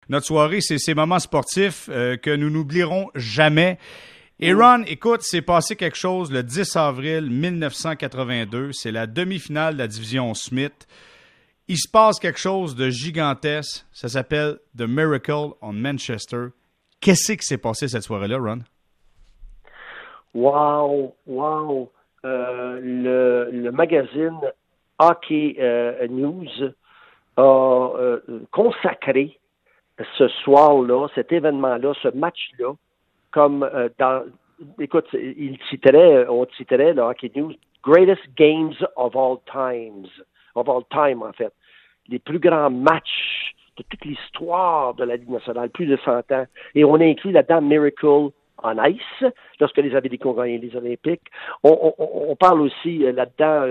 notre soirée, c'est ces moments sportifs que nous n'oublierons jamais. Et Ron, écoute, c'est passé quelque chose le 10 avril 1982. C'est la demi-finale de la division Smith. Il se passe quelque chose de gigantesque. Ça s'appelle The Miracle on Manchester. Qu'est-ce qui s'est passé cette soirée-là, Ron? Wow! Le magazine Hockey News a consacré ce soir-là, cet événement-là, ce match-là, comme écoute, on titrait le Hockey News Greatest Games of All Time, en fait. Les plus grands matchs de toute l'histoire de la Ligue nationale, plus de 100 ans. Et on a inclus là-dedans Miracle on Ice, lorsque les Américains ont gagné les Olympiques. On parle aussi là-dedans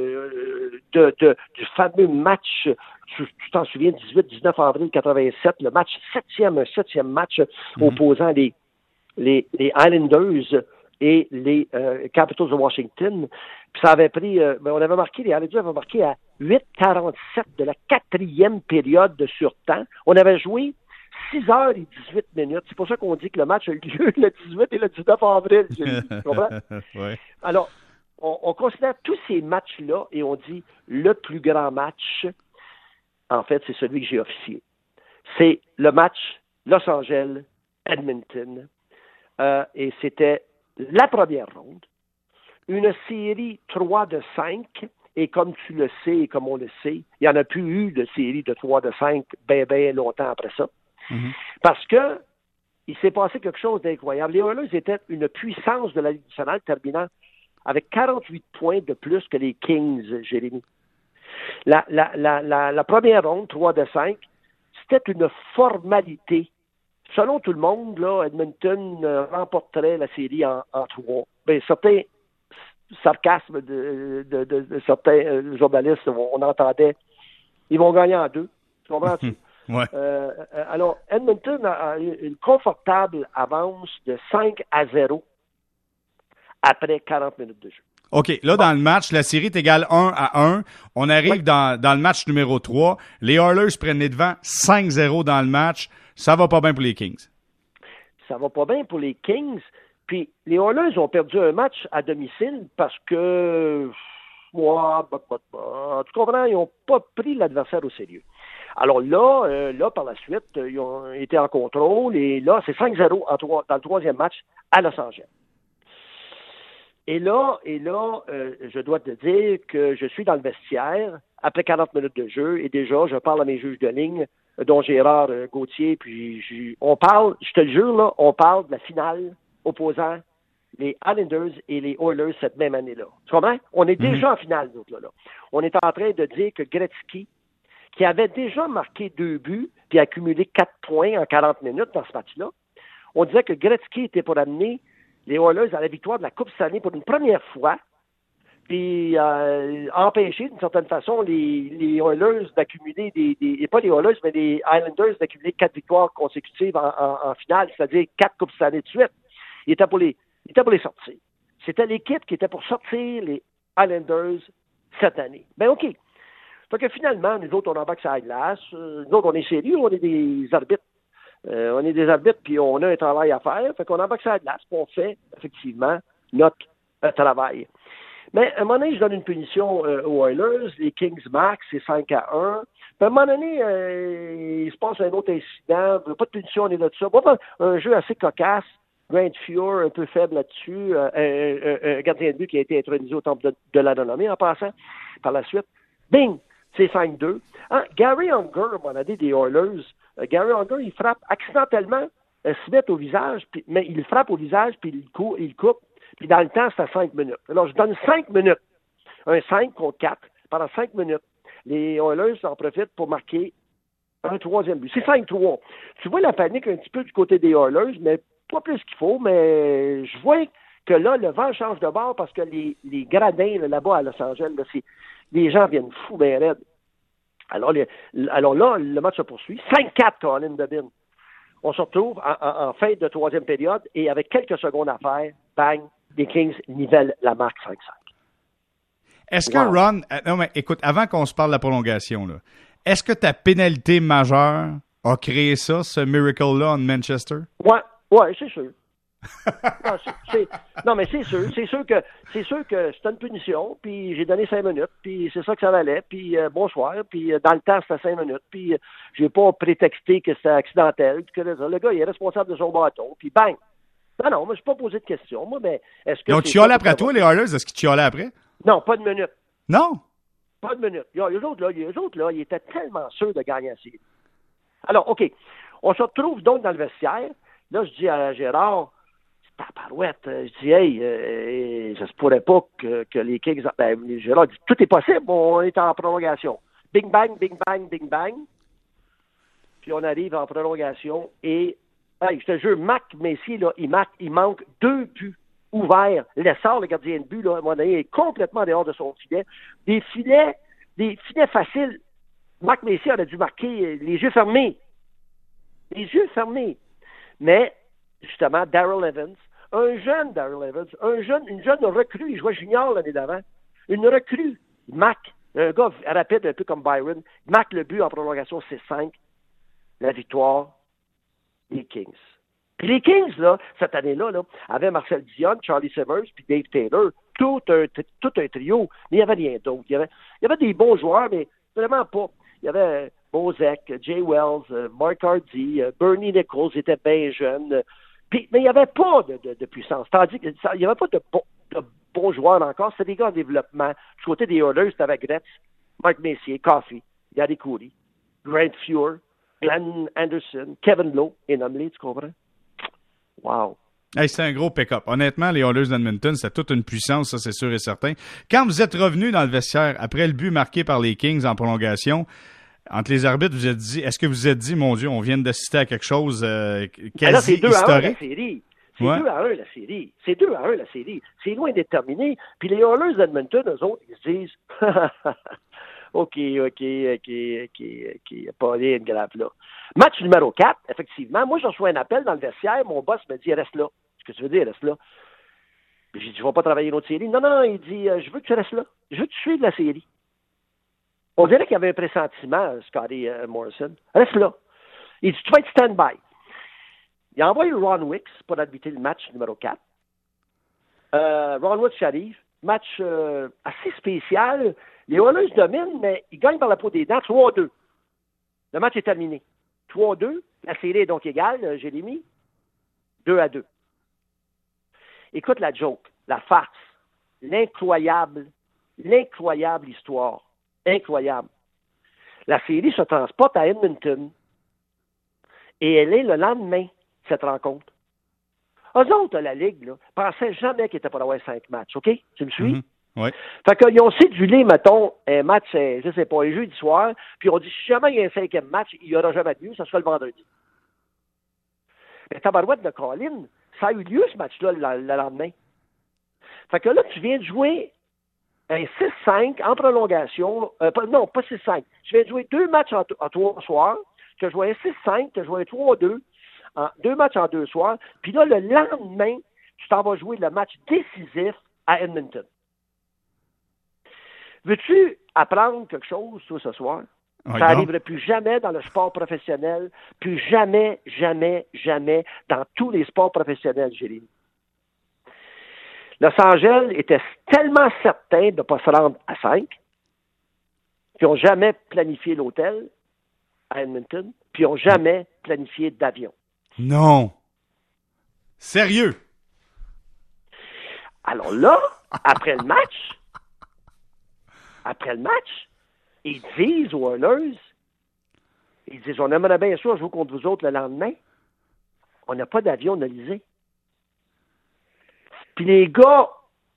du fameux match, tu t'en souviens, 18-19 avril 87, le match un septième match opposant les Islanders et les Capitals de Washington. Puis ça avait pris, on avait marqué, les Islanders avaient marqué à 8:47 de la 4e période de surtemps. On avait joué 6h18. C'est pour ça qu'on dit que le match a eu lieu le 18 et le 19 avril. Tu comprends? Ouais. Alors, on considère tous ces matchs-là et on dit le plus grand match, en fait, c'est celui que j'ai officié. C'est le match Los Angeles-Edmonton. Et c'était la première ronde. Une série 3 de 5. Et comme tu le sais et comme on le sait, il n'y en a plus eu de série de 3 de 5 bien longtemps après ça. Mm-hmm. Parce que il s'est passé quelque chose d'incroyable. Les Oilers étaient une puissance de la Ligue nationale, terminant avec 48 points de plus que les Kings, Jérémy. La première ronde, 3 de 5, c'était une formalité. Selon tout le monde, là, Edmonton remporterait la série en 3. Bien, certains sarcasmes de certains journalistes, on entendait, ils vont gagner en 2. Tu comprends-tu? Ouais. Alors, Edmonton a eu une confortable avance de 5-0 après 40 minutes de jeu. OK, là, dans le match, la série est égale 1-1. On arrive dans le match numéro 3. Les Oilers prennent les devants 5-0 dans le match. Ça va pas bien pour les Kings. Ça va pas bien pour les Kings. Puis, les Oilers ont perdu un match à domicile parce que, tu comprends, ils n'ont pas pris l'adversaire au sérieux. Alors là, par la suite, ils ont été en contrôle et là, c'est 5-0 dans le troisième match à Los Angeles. Et là, je dois te dire que je suis dans le vestiaire après 40 minutes de jeu et déjà, je parle à mes juges de ligne, dont Gérard Gauthier, puis on parle, je te le jure, là, on parle de la finale opposant les Islanders et les Oilers cette même année-là. Tu comprends? On est déjà en finale, nous autres, là. On est en train de dire que Gretzky, qui avait déjà marqué 2 buts puis accumulé 4 points en 40 minutes dans ce match-là, on disait que Gretzky était pour amener les Oilers à la victoire de la Coupe Stanley pour une première fois, puis empêcher d'une certaine façon les Oilers d'accumuler et pas les Oilers, mais les Islanders d'accumuler 4 victoires consécutives en finale, c'est-à-dire 4 Coupes Stanley de suite. Il était pour les sortir. C'était l'équipe qui était pour sortir les Islanders cette année. Ben OK. Fait que finalement, nous autres, on embarque sur la glace. Nous autres, on est sérieux, on est des arbitres. On est des arbitres, puis on a un travail à faire. Fait qu'on embarque sur la glace, puis on fait, effectivement, notre travail. Mais à un moment donné, je donne une punition aux Oilers. Les Kings marquent, c'est 5-1. Puis à un moment donné, il se passe un autre incident. Pas de punition, on est là-dessus. Un jeu assez cocasse. Grant Fuhr, un peu faible là-dessus. Un gardien de but qui a été intronisé au temple de la renommée en passant. Par la suite, bing! C'est 5-2. Gary Unger, à mon avis, des Oilers, Gary Unger, il frappe accidentellement Smith au visage, mais il frappe au visage, puis il coupe, puis dans le temps, c'est à 5 minutes. Alors, je donne 5 minutes. Un 5 contre 4. Pendant 5 minutes, les Oilers en profitent pour marquer un troisième but. C'est 5-3. Tu vois la panique un petit peu du côté des Oilers, mais pas plus qu'il faut, mais je vois que là, le vent change de bord parce que les gradins là-bas à Los Angeles, là, les gens viennent fous bien raides. Alors là, le match se poursuit. 5-4, Colin Debin. On se retrouve en fin de troisième période et avec quelques secondes à faire, bang, les Kings nivellent la marque 5-5. Est-ce que, Ron, non mais écoute, avant qu'on se parle de la prolongation, là, est-ce que ta pénalité majeure a créé ça, ce miracle-là en Manchester? Ouais, c'est sûr. Non, mais c'est sûr que c'était une punition, puis j'ai donné 5 minutes, puis c'est ça que ça valait, puis bonsoir, puis dans le temps, c'était 5 minutes, puis j'ai pas prétexté que c'était accidentel, que le gars, il est responsable de son bâton, puis bang! Non, moi, je ne me suis pas posé de questions. Moi, mais est-ce que. Ils ont chialé après toi, les Oilers? Est-ce qu'ils chialaient après? Non, pas de minute. Non? Pas de minute. Les autres, là, ils étaient tellement sûrs de gagner la série. Alors, OK. On se retrouve donc dans le vestiaire. Là, je dis à Gérard, tabarouette, je dis, hey, ça se pourrait pas que les Kings. Ben, Gérard dit, tout est possible, on est en prolongation. Bing bang, bing bang, bing bang. Puis on arrive en prolongation et, hey, je te jure, Mac Messier, là, il manque 2 buts ouverts. Lessard, le gardien de but, là, à un moment donné, est complètement dehors de son filet. Des filets faciles. Mac Messier aurait dû marquer les yeux fermés. Les yeux fermés. Mais, justement, Darrell Evans, une jeune recrue, il jouait junior l'année d'avant. Une recrue, Mac, un gars rapide, un peu comme Byron, Mac le but en prolongation 6-5, la victoire des Kings. Puis les Kings, là, cette année-là, là, avaient Marcel Dion, Charlie Simmers, puis Dave Taylor, tout un trio, mais il n'y avait rien d'autre. Il y avait des bons joueurs, mais vraiment pas. Il y avait Bozek, Jay Wells, Mark Hardy, Bernie Nichols était bien jeune. Mais il n'y avait pas de puissance. Tandis qu'il n'y avait pas de bons joueurs encore. C'était des gars en développement. Du côté des Oilers, c'était avec Gretz, Mark Messier, Coffey, Gary Cooley, Grant Fuhr, Glenn Anderson, Kevin Lowe, et nommé, tu comprends? Wow. Hey, c'est un gros pick-up. Honnêtement, les Oilers d'Edmonton, c'est toute une puissance, ça c'est sûr et certain. Quand vous êtes revenu dans le vestiaire, après le but marqué par les Kings en prolongation, entre les arbitres, vous êtes dit, est-ce que vous vous êtes dit, mon Dieu, on vient d'assister à quelque chose quasi historique? C'est 2-1 la série. C'est 2-1 la série. C'est 2-1 la série. C'est loin d'être terminé. Puis les Oilers d'Edmonton, eux autres, ils se disent OK, pas rien de grave là. Match numéro 4, effectivement. Moi, je reçois un appel dans le vestiaire. Mon boss me dit, reste là. Ce que tu veux dire, reste là. Puis j'ai dit, je ne vais pas travailler une autre série. Non, il dit, je veux que tu restes là. Je veux que tu suives la série. On dirait qu'il y avait un pressentiment, Scotty Morrison. Reste là. Il dit, tu vas être stand-by. Il a envoyé Ron Wicks pour arbitrer le match numéro 4. Ron Wicks arrive. Match assez spécial. Les Oilers dominent, mais ils gagnent par la peau des dents 3-2. Le match est terminé. 3-2. La série est donc égale, Jérémy. 2-2. Écoute la joke, la farce, l'incroyable histoire. Incroyable. La série se transporte à Edmonton et elle est le lendemain, cette rencontre. Eux autres, la Ligue, là, pensaient jamais qu'il était pour avoir 5 matchs, OK? Tu me suis? Mm-hmm. Oui. Fait qu'ils ont cédulé, mettons, un match, je sais pas, un jeudi soir, puis on dit, si jamais il y a un 5e match, il n'y aura jamais de mieux, ça sera le vendredi. Mais tabarouette de Colin, ça a eu lieu, ce match-là, le lendemain. Fait que là, tu viens de jouer un 6-5 en prolongation. Non, pas 6-5. Tu viens de jouer 2 matchs en 3 soirs. Tu as joué un 6-5, tu as joué un 3-2. 2 matchs en 2 soirs. Puis là, le lendemain, tu t'en vas jouer le match décisif à Edmonton. Veux-tu apprendre quelque chose, toi, ce soir? Ça n'arriverait plus jamais dans le sport professionnel, plus jamais dans tous les sports professionnels, Jérémy. Los Angeles était tellement certain de ne pas se rendre à 5 qu'ils n'ont jamais planifié l'hôtel à Edmonton, puis ils n'ont jamais planifié d'avion. Non! Sérieux? Alors là, après le match, ils disent aux Oilers, on aimerait bien sûr jouer contre vous autres le lendemain. On n'a pas d'avion analysé. Puis les gars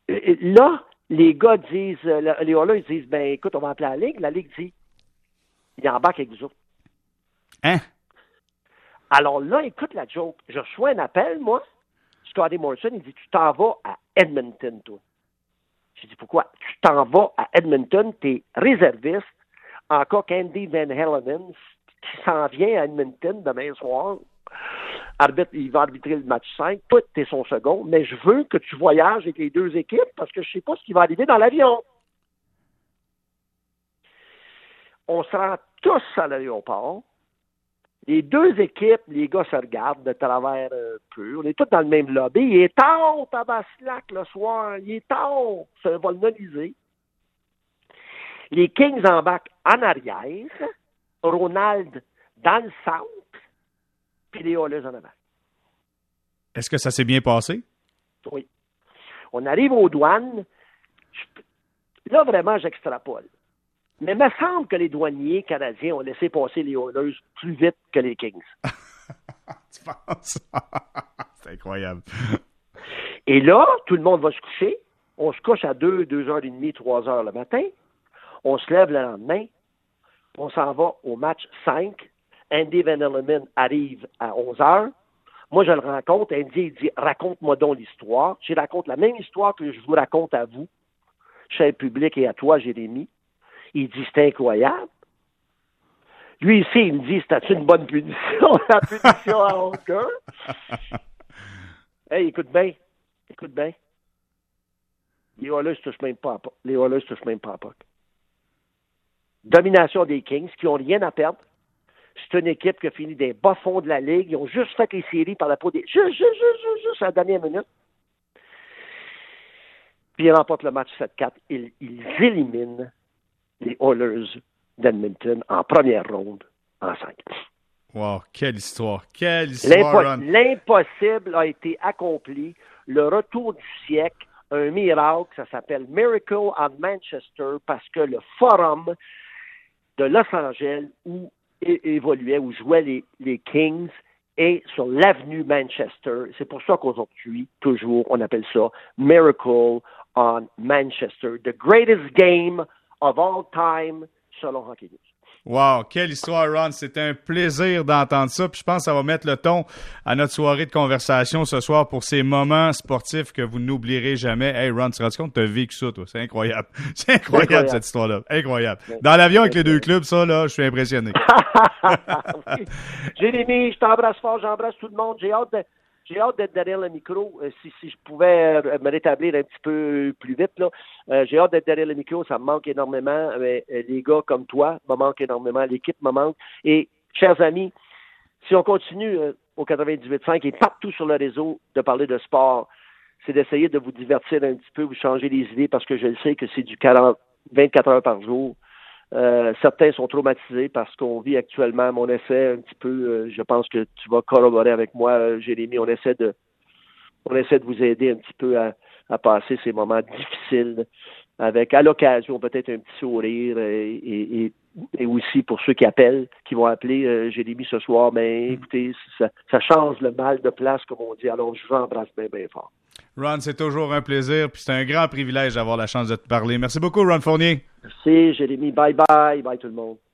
disent, les Oilers disent, ben écoute, on va appeler la Ligue. La Ligue dit, il embarque avec vous autres. Hein? Alors là, écoute la joke. Je reçois un appel, moi. Scotty Morrison, il dit, tu t'en vas à Edmonton, toi. J'ai dit, pourquoi? Tu t'en vas à Edmonton, t'es réserviste, en cas qu'Andy Van Hellenen, qui s'en vient à Edmonton demain soir, il va arbitrer le match 5, toi, t'es son second, mais je veux que tu voyages avec les 2 équipes parce que je sais pas ce qui va arriver dans l'avion. On se rend tous à l'aéroport. Les deux équipes, les gars se regardent de travers un peu. On est tous dans le même lobby. Il est tard, Tabaslac, le soir. Il est tard. C'est un vol nolisé. Les Kings embarquent en arrière. Ronald dans le centre. Puis les Oilers en avant. Est-ce que ça s'est bien passé? Oui. On arrive aux douanes. Là, vraiment, j'extrapole. Mais il me semble que les douaniers canadiens ont laissé passer les Oilers plus vite que les Kings. Tu penses? C'est incroyable. Et là, tout le monde va se coucher. On se couche à 2h30, 3h le matin. On se lève le lendemain. On s'en va au match 5. Andy Van Elleman arrive à 11h. Moi, je le rencontre. Andy, il dit, raconte-moi donc l'histoire. Je raconte la même histoire que je vous raconte à vous, cher public, et à toi, Jérémy. Il dit, c'est incroyable. Lui, ici, il me dit, c'était une bonne punition, la punition à Honker. Hey, écoute bien. Les Oilers ne touchent même pas à puck. Domination des Kings, qui n'ont rien à perdre. C'est une équipe qui a fini des bas fonds de la Ligue. Ils ont juste fait les séries par la peau des... Juste à la dernière minute. Puis ils remportent le match 7-4. Ils éliminent les Oilers d'Edmonton en première ronde en 5. Wow, quelle histoire, Ron. L'impossible a été accompli. Le retour du siècle, un miracle, ça s'appelle Miracle on Manchester, parce que le forum de Los Angeles où évoluaient, où jouaient les Kings, est sur l'avenue Manchester. C'est pour ça qu'aujourd'hui, toujours, on appelle ça Miracle on Manchester. The greatest game of all time, selon Hockey News. Wow, quelle histoire, Ron. C'était un plaisir d'entendre ça. Puis je pense que ça va mettre le ton à notre soirée de conversation ce soir pour ces moments sportifs que vous n'oublierez jamais. Hey, Ron, tu te rends compte que tu as vécu ça, toi? C'est incroyable. C'est incroyable, cette histoire-là. Incroyable. Dans l'avion avec les deux clubs, ça, là, je suis impressionné. Oui. Jérémy, je t'embrasse fort, j'embrasse tout le monde. J'ai hâte d'être derrière le micro. Si je pouvais me rétablir un petit peu plus vite, là. J'ai hâte d'être derrière le micro. Ça me manque énormément. Les gars comme toi me manquent énormément. L'équipe me manque. Et, chers amis, si on continue au 98.5 et partout sur le réseau de parler de sport, c'est d'essayer de vous divertir un petit peu, vous changer les idées, parce que je le sais que c'est du 24 heures par jour. Certains sont traumatisés parce qu'on vit actuellement, mais on essaie un petit peu, je pense que tu vas corroborer avec moi, Jérémy, on essaie de vous aider un petit peu à passer ces moments difficiles avec, à l'occasion, peut-être un petit sourire et aussi pour ceux qui appellent, qui vont appeler Jérémy ce soir, mais écoutez, ça change le mal de place, comme on dit. Alors, je vous embrasse bien, bien fort. Ron, c'est toujours un plaisir, puis c'est un grand privilège d'avoir la chance de te parler. Merci beaucoup, Ron Fournier. Merci, Jérémy. Bye, bye. Bye, tout le monde.